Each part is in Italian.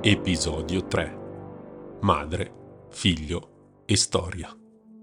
Episodio 3. Madre, figlio e storia.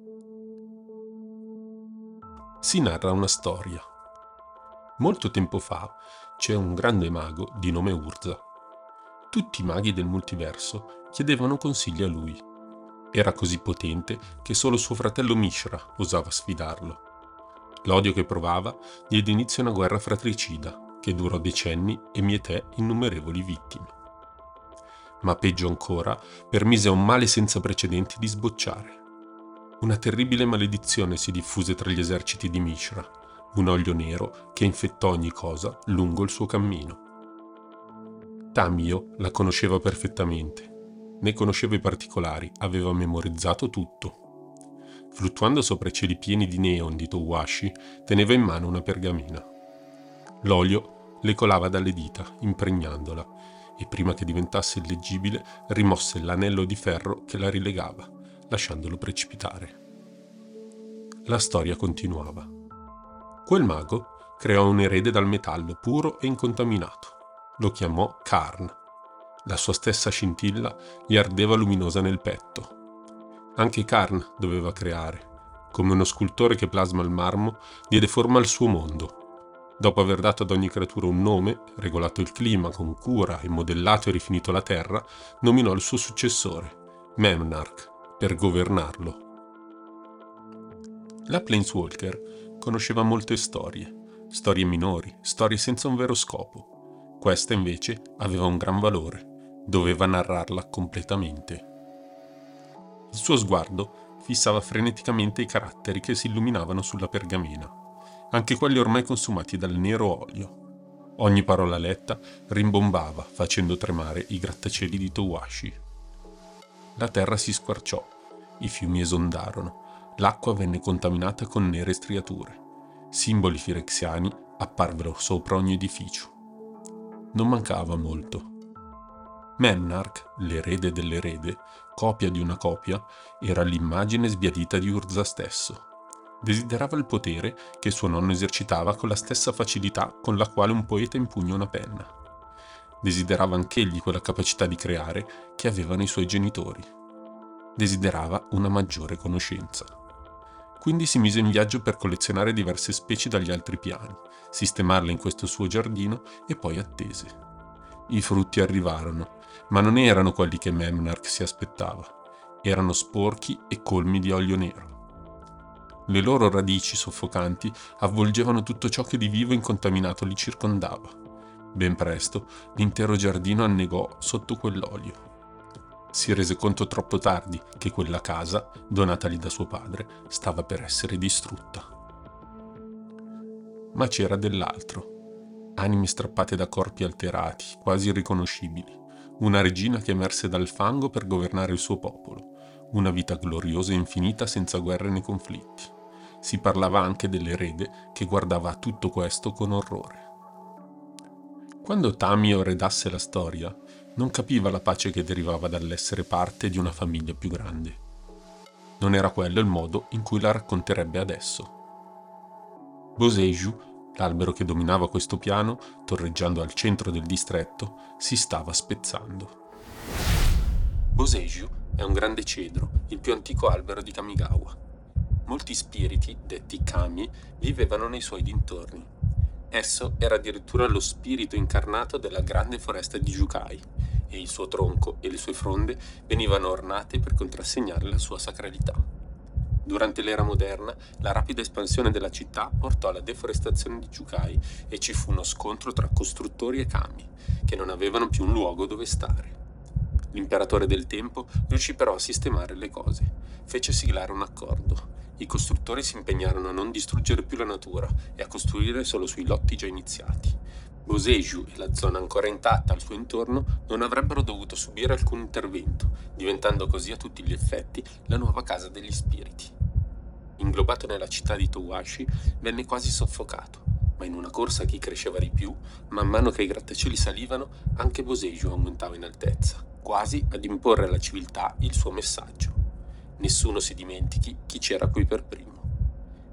Si narra una storia. Molto tempo fa c'è un grande mago di nome Urza. Tutti i maghi del multiverso chiedevano consigli a lui. Era così potente che solo suo fratello Mishra osava sfidarlo. L'odio che provava diede inizio a una guerra fratricida che durò decenni e mieté innumerevoli vittime. Ma peggio ancora, permise a un male senza precedenti di sbocciare. Una terribile maledizione si diffuse tra gli eserciti di Mishra, un olio nero che infettò ogni cosa lungo il suo cammino. Tamio la conosceva perfettamente, ne conosceva i particolari, aveva memorizzato tutto. Fluttuando sopra i cieli pieni di neon di Towashi, teneva in mano una pergamena. L'olio le colava dalle dita, impregnandola, e prima che diventasse illeggibile rimosse l'anello di ferro che la rilegava, lasciandolo precipitare. La storia continuava. Quel mago creò un erede dal metallo puro e incontaminato. Lo chiamò Karn. La sua stessa scintilla gli ardeva luminosa nel petto. Anche Karn doveva creare. Come uno scultore che plasma il marmo, diede forma al suo mondo. Dopo aver dato ad ogni creatura un nome, regolato il clima con cura e modellato e rifinito la terra, nominò il suo successore, Memnarch, per governarlo. La Planeswalker conosceva molte storie minori, storie senza un vero scopo. Questa invece aveva un gran valore, doveva narrarla completamente. Il suo sguardo fissava freneticamente i caratteri che si illuminavano sulla pergamena, anche quelli ormai consumati dal nero olio. Ogni parola letta rimbombava, facendo tremare i grattacieli di Towashi. La terra si squarciò, i fiumi esondarono, l'acqua venne contaminata con nere striature. Simboli firexiani apparvero sopra ogni edificio. Non mancava molto. Memnarch, l'erede dell'erede, copia di una copia, era l'immagine sbiadita di Urza stesso. Desiderava il potere che suo nonno esercitava con la stessa facilità con la quale un poeta impugna una penna. Desiderava anch'egli quella capacità di creare che avevano i suoi genitori. Desiderava una maggiore conoscenza. Quindi si mise in viaggio per collezionare diverse specie dagli altri piani, sistemarle in questo suo giardino e poi attese. I frutti arrivarono, ma non erano quelli che Memnarch si aspettava. Erano sporchi e colmi di olio nero. Le loro radici soffocanti avvolgevano tutto ciò che di vivo e incontaminato li circondava. Ben presto l'intero giardino annegò sotto quell'olio. Si rese conto troppo tardi che quella casa, donatagli da suo padre, stava per essere distrutta. Ma c'era dell'altro. Anime strappate da corpi alterati, quasi irriconoscibili. Una regina che emerse dal fango per governare il suo popolo. Una vita gloriosa e infinita senza guerre né conflitti. Si parlava anche dell'erede che guardava a tutto questo con orrore. Quando Tamio redasse la storia, non capiva la pace che derivava dall'essere parte di una famiglia più grande. Non era quello il modo in cui la racconterebbe adesso. Boseiju, l'albero che dominava questo piano, torreggiando al centro del distretto, si stava spezzando. Boseiju è un grande cedro, il più antico albero di Kamigawa. Molti spiriti, detti kami, vivevano nei suoi dintorni. Esso era addirittura lo spirito incarnato della grande foresta di Jukai, e il suo tronco e le sue fronde venivano ornate per contrassegnare la sua sacralità. Durante l'era moderna, la rapida espansione della città portò alla deforestazione di Jukai e ci fu uno scontro tra costruttori e kami, che non avevano più un luogo dove stare. L'imperatore del tempo riuscì però a sistemare le cose. Fece siglare un accordo. I costruttori si impegnarono a non distruggere più la natura e a costruire solo sui lotti già iniziati. Boseiju e la zona ancora intatta al suo intorno non avrebbero dovuto subire alcun intervento, diventando così a tutti gli effetti la nuova casa degli spiriti. Inglobato nella città di Towashi, venne quasi soffocato, ma in una corsa a chi cresceva di più, man mano che i grattacieli salivano, anche Boseiju aumentava in altezza, quasi ad imporre alla civiltà il suo messaggio. Nessuno si dimentichi chi c'era qui per primo.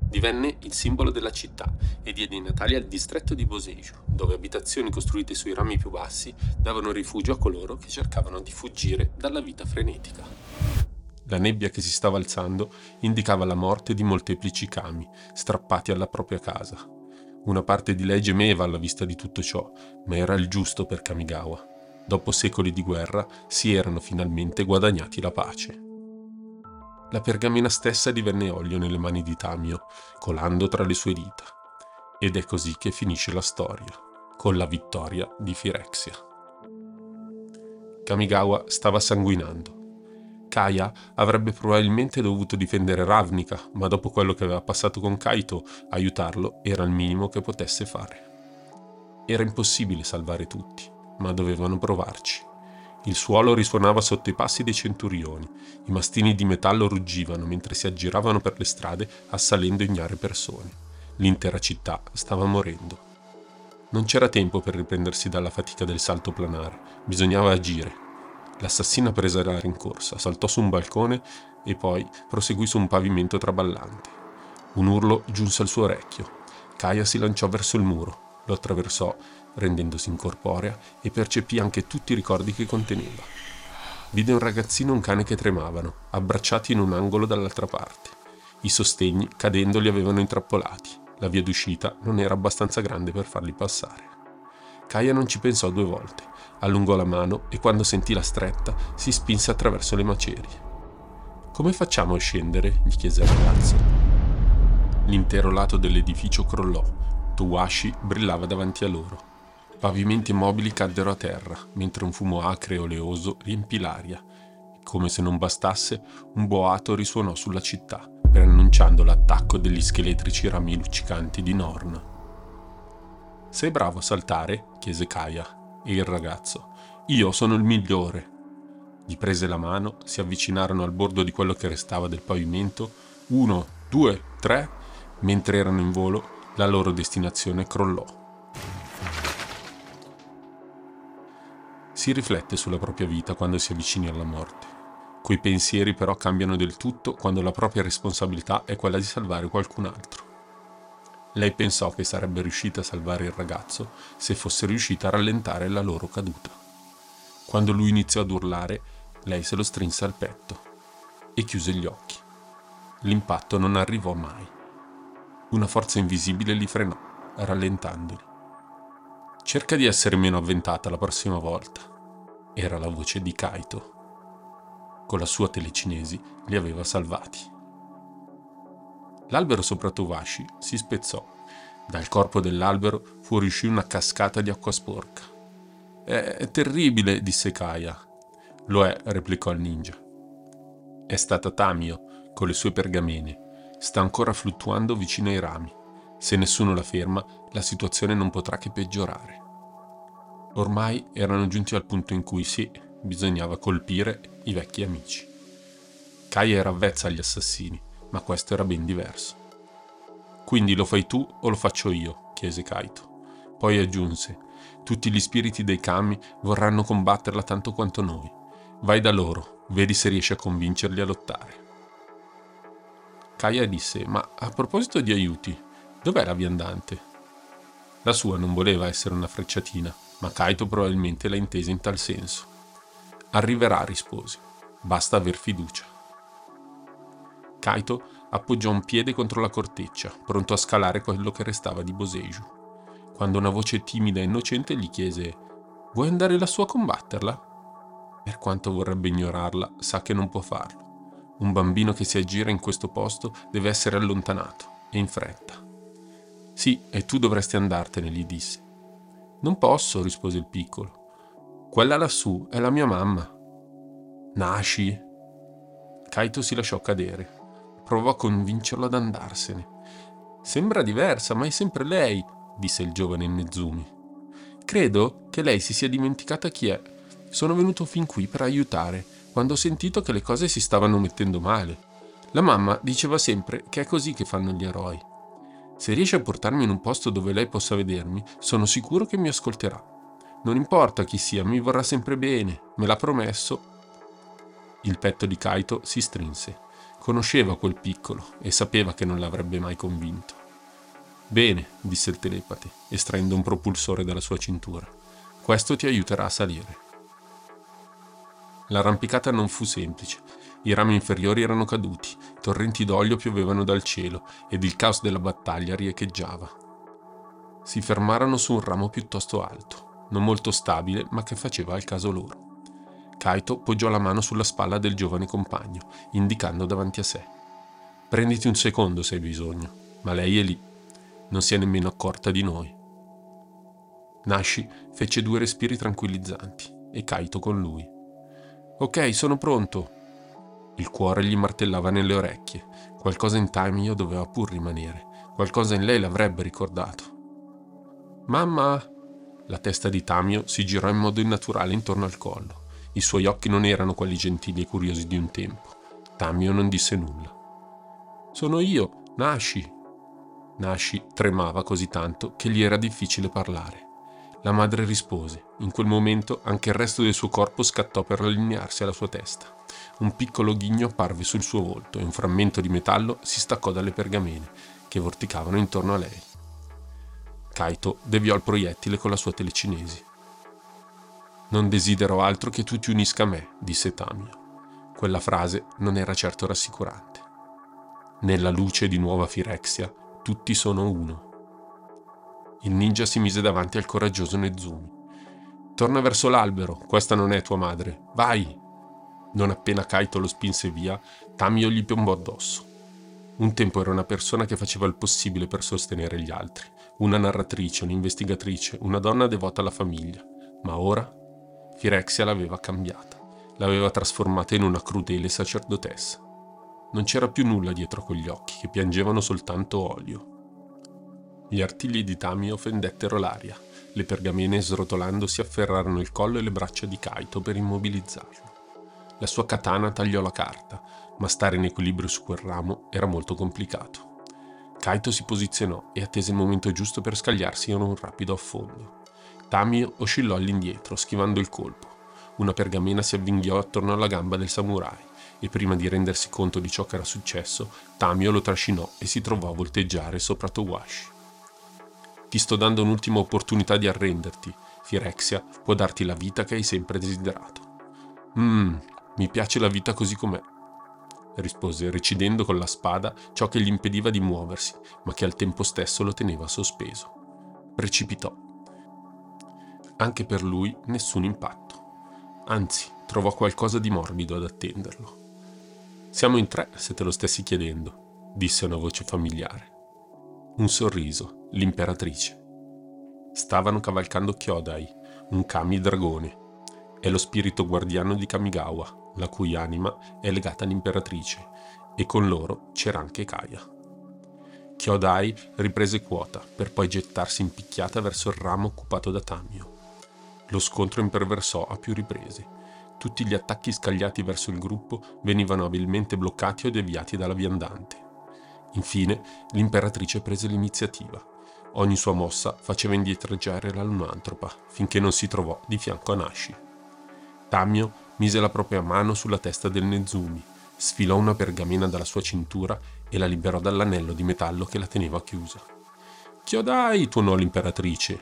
Divenne il simbolo della città e diede i natali al distretto di Boseiju, dove abitazioni costruite sui rami più bassi davano rifugio a coloro che cercavano di fuggire dalla vita frenetica. La nebbia che si stava alzando indicava la morte di molteplici kami strappati alla propria casa. Una parte di lei gemeva alla vista di tutto ciò, ma era il giusto per Kamigawa. Dopo secoli di guerra si erano finalmente guadagnati la pace. La pergamena stessa divenne olio nelle mani di Tamio, colando tra le sue dita. Ed è così che finisce la storia, con la vittoria di Phyrexia. Kamigawa stava sanguinando. Kaya avrebbe probabilmente dovuto difendere Ravnica, ma dopo quello che aveva passato con Kaito, aiutarlo era il minimo che potesse fare. Era impossibile salvare tutti, ma dovevano provarci. Il suolo risuonava sotto i passi dei centurioni, i mastini di metallo ruggivano mentre si aggiravano per le strade assalendo ignare persone. L'intera città stava morendo. Non c'era tempo per riprendersi dalla fatica del salto planare, bisognava agire. L'assassina prese la rincorsa, saltò su un balcone e poi proseguì su un pavimento traballante. Un urlo giunse al suo orecchio. Kaya si lanciò verso il muro, lo attraversò rendendosi incorporea e percepì anche tutti i ricordi che conteneva. Vide un ragazzino e un cane che tremavano, abbracciati in un angolo dall'altra parte. I sostegni, cadendo, li avevano intrappolati. La via d'uscita non era abbastanza grande per farli passare. Kaya non ci pensò 2 volte, allungò la mano e quando sentì la stretta si spinse attraverso le macerie. «Come facciamo a scendere?» gli chiese il ragazzo. L'intero lato dell'edificio crollò. Towashi brillava davanti a loro. Pavimenti e mobili caddero a terra, mentre un fumo acre e oleoso riempì l'aria. Come se non bastasse, un boato risuonò sulla città, preannunciando l'attacco degli scheletrici rami luccicanti di Norn. «Sei bravo a saltare?» chiese Kaya, e il ragazzo. «Io sono il migliore!» Gli prese la mano, si avvicinarono al bordo di quello che restava del pavimento. 1, 2, 3. Mentre erano in volo, la loro destinazione crollò. Si riflette sulla propria vita quando si avvicini alla morte. Quei pensieri però cambiano del tutto quando la propria responsabilità è quella di salvare qualcun altro. Lei pensò che sarebbe riuscita a salvare il ragazzo se fosse riuscita a rallentare la loro caduta. Quando lui iniziò ad urlare, lei se lo strinse al petto e chiuse gli occhi. L'impatto non arrivò mai. Una forza invisibile li frenò, rallentandoli. «Cerca di essere meno avventata la prossima volta», era la voce di Kaito. Con la sua telecinesi li aveva salvati. L'albero sopra Towashi si spezzò. Dal corpo dell'albero fuoriuscì una cascata di acqua sporca. È terribile», disse Kaya. «Lo è», replicò il ninja. «È stata Tamio, con le sue pergamene. Sta ancora fluttuando vicino ai rami. Se nessuno la ferma, la situazione non potrà che peggiorare». Ormai erano giunti al punto in cui sì, bisognava colpire i vecchi amici. Kaya era avvezza agli assassini, ma questo era ben diverso. «Quindi lo fai tu o lo faccio io?» chiese Kaito. Poi aggiunse: «Tutti gli spiriti dei kami vorranno combatterla tanto quanto noi. Vai da loro, vedi se riesci a convincerli a lottare». Kaya disse: «Ma a proposito di aiuti, dov'è la viandante?» La sua non voleva essere una frecciatina, ma Kaito probabilmente la intese in tal senso. «Arriverà», rispose. «Basta aver fiducia». Kaito appoggiò un piede contro la corteccia, pronto a scalare quello che restava di Boseiju, quando una voce timida e innocente gli chiese: «Vuoi andare lassù a combatterla?» Per quanto vorrebbe ignorarla, sa che non può farlo. Un bambino che si aggira in questo posto deve essere allontanato, e in fretta. «Sì, e tu dovresti andartene», gli disse. «Non posso», rispose il piccolo. «Quella lassù è la mia mamma». «Nashi?» Kaito si lasciò cadere. Provò a convincerlo ad andarsene. «Sembra diversa, ma è sempre lei», disse il giovane Nezumi. «Credo che lei si sia dimenticata chi è. Sono venuto fin qui per aiutare, quando ho sentito che le cose si stavano mettendo male. La mamma diceva sempre che è così che fanno gli eroi. Se riesce a portarmi in un posto dove lei possa vedermi, sono sicuro che mi ascolterà. Non importa chi sia, mi vorrà sempre bene, me l'ha promesso». Il petto di Kaito si strinse. Conosceva quel piccolo e sapeva che non l'avrebbe mai convinto. «Bene», disse il telepate, estraendo un propulsore dalla sua cintura. «Questo ti aiuterà a salire». L'arrampicata non fu semplice. I rami inferiori erano caduti, torrenti d'olio piovevano dal cielo ed il caos della battaglia riecheggiava. Si fermarono su un ramo piuttosto alto, non molto stabile, ma che faceva al caso loro. Kaito poggiò la mano sulla spalla del giovane compagno, indicando davanti a sé. «Prenditi un secondo se hai bisogno, ma lei è lì. Non si è nemmeno accorta di noi». Nashi fece 2 respiri tranquillizzanti e Kaito con lui. «Ok, sono pronto». Il cuore gli martellava nelle orecchie. Qualcosa in Tamio doveva pur rimanere. Qualcosa in lei l'avrebbe ricordato. «Mamma!» La testa di Tamio si girò in modo innaturale intorno al collo. I suoi occhi non erano quelli gentili e curiosi di un tempo. Tamio non disse nulla. «Sono io, Nashi!» Nashi tremava così tanto che gli era difficile parlare. La madre rispose. In quel momento anche il resto del suo corpo scattò per allinearsi alla sua testa. Un piccolo ghigno apparve sul suo volto e un frammento di metallo si staccò dalle pergamene che vorticavano intorno a lei. Kaito deviò il proiettile con la sua telecinesi. «Non desidero altro che tu ti unisca a me», disse Tamio. Quella frase non era certo rassicurante. Nella luce di Nuova Firexia tutti sono uno. Il ninja si mise davanti al coraggioso Nezumi. «Torna verso l'albero, questa non è tua madre. Vai!» Non appena Kaito lo spinse via, Tamio gli piombò addosso. Un tempo era una persona che faceva il possibile per sostenere gli altri, una narratrice, un'investigatrice, una donna devota alla famiglia. Ma ora Firexia l'aveva cambiata, l'aveva trasformata in una crudele sacerdotessa. Non c'era più nulla dietro quegli occhi che piangevano soltanto olio. Gli artigli di Tamio fendettero l'aria. Le pergamene srotolando si afferrarono il collo e le braccia di Kaito per immobilizzarlo. La sua katana tagliò la carta, ma stare in equilibrio su quel ramo era molto complicato. Kaito si posizionò e attese il momento giusto per scagliarsi in un rapido affondo. Tamio oscillò all'indietro, schivando il colpo. Una pergamena si avvinghiò attorno alla gamba del samurai e prima di rendersi conto di ciò che era successo, Tamio lo trascinò e si trovò a volteggiare sopra Towashi. «Ti sto dando un'ultima opportunità di arrenderti. Firexia può darti la vita che hai sempre desiderato». Mi piace la vita così com'è», rispose recidendo con la spada ciò che gli impediva di muoversi, ma che al tempo stesso lo teneva sospeso. Precipitò. Anche per lui nessun impatto. Anzi, trovò qualcosa di morbido ad attenderlo. «Siamo in 3, se te lo stessi chiedendo», disse una voce familiare. Un sorriso, l'imperatrice. Stavano cavalcando Kyodai, un kami dragone. È lo spirito guardiano di Kamigawa, la cui anima è legata all'imperatrice, e con loro c'era anche Kaya. Kyodai riprese quota, per poi gettarsi in picchiata verso il ramo occupato da Tamio. Lo scontro imperversò a più riprese. Tutti gli attacchi scagliati verso il gruppo venivano abilmente bloccati o deviati dalla viandante. Infine, l'imperatrice prese l'iniziativa. Ogni sua mossa faceva indietreggiare la lunantropa, finché non si trovò di fianco a Nashi. Tamio mise la propria mano sulla testa del Nezumi, sfilò una pergamena dalla sua cintura e la liberò dall'anello di metallo che la teneva chiusa. «Kyodai!» tuonò l'imperatrice.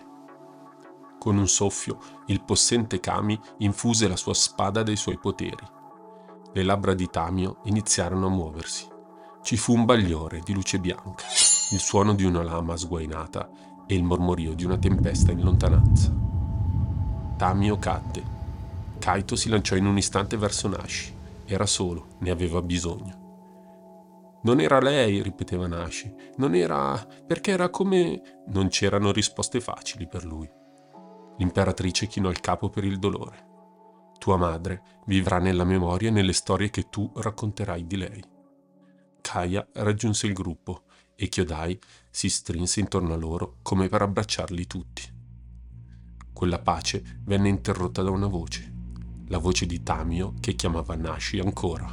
Con un soffio, il possente Kami infuse la sua spada dei suoi poteri. Le labbra di Tamio iniziarono a muoversi. Ci fu un bagliore di luce bianca, il suono di una lama sguainata e il mormorio di una tempesta in lontananza. Tamio cadde. Kaito si lanciò in un istante verso Nashi. Era solo, ne aveva bisogno. «Non era lei», ripeteva Nashi. «Non era... perché era come...» Non c'erano risposte facili per lui. L'imperatrice chinò il capo per il dolore. «Tua madre vivrà nella memoria e nelle storie che tu racconterai di lei». Kaya raggiunse il gruppo e Kyodai si strinse intorno a loro come per abbracciarli tutti. Quella pace venne interrotta da una voce, la voce di Tamio che chiamava Nashi ancora.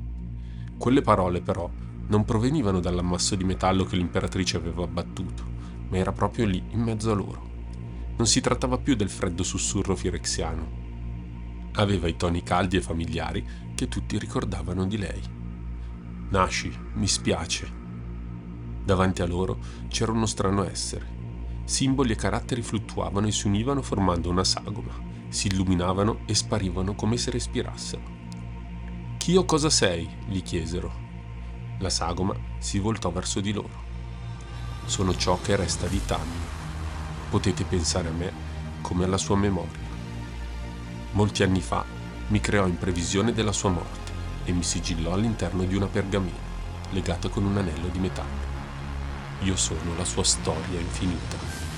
Quelle parole però non provenivano dall'ammasso di metallo che l'imperatrice aveva abbattuto, ma era proprio lì in mezzo a loro. Non si trattava più del freddo sussurro firexiano. Aveva i toni caldi e familiari che tutti ricordavano di lei. Nashi, mi spiace. Davanti a loro c'era uno strano essere. Simboli e caratteri fluttuavano e si univano formando una sagoma, si illuminavano e sparivano come se respirassero. Chi o cosa sei? Gli chiesero. La sagoma si voltò verso di loro. Sono ciò che resta di Tamio. Potete pensare a me come alla sua memoria. Molti anni fa mi creò in previsione della sua morte e mi sigillò all'interno di una pergamena, legata con un anello di metallo. Io sono la sua storia infinita.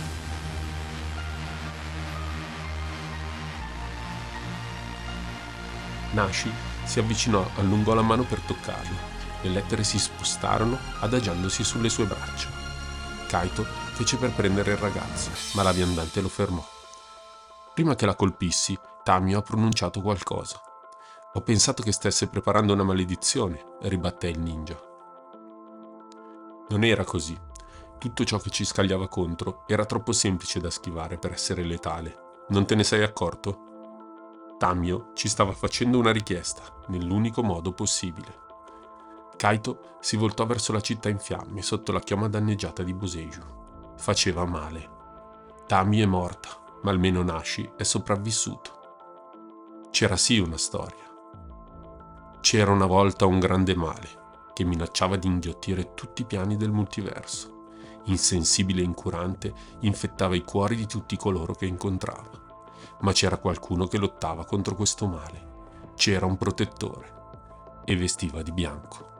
Nashi si avvicinò, allungò la mano per toccarlo. Le lettere si spostarono, adagiandosi sulle sue braccia. Kaito fece per prendere il ragazzo, ma la viandante lo fermò. Prima che la colpissi, Tamio ha pronunciato qualcosa. Ho pensato che stesse preparando una maledizione, ribatté il ninja. Non era così. Tutto ciò che ci scagliava contro era troppo semplice da schivare per essere letale. Non te ne sei accorto? Tamio ci stava facendo una richiesta, nell'unico modo possibile. Kaito si voltò verso la città in fiamme sotto la chioma danneggiata di Boseiju. Faceva male. Tamio è morta, ma almeno Nashi è sopravvissuto. C'era sì una storia. C'era una volta un grande male che minacciava di inghiottire tutti i piani del multiverso. Insensibile e incurante, infettava i cuori di tutti coloro che incontrava. Ma c'era qualcuno che lottava contro questo male. C'era un protettore e vestiva di bianco.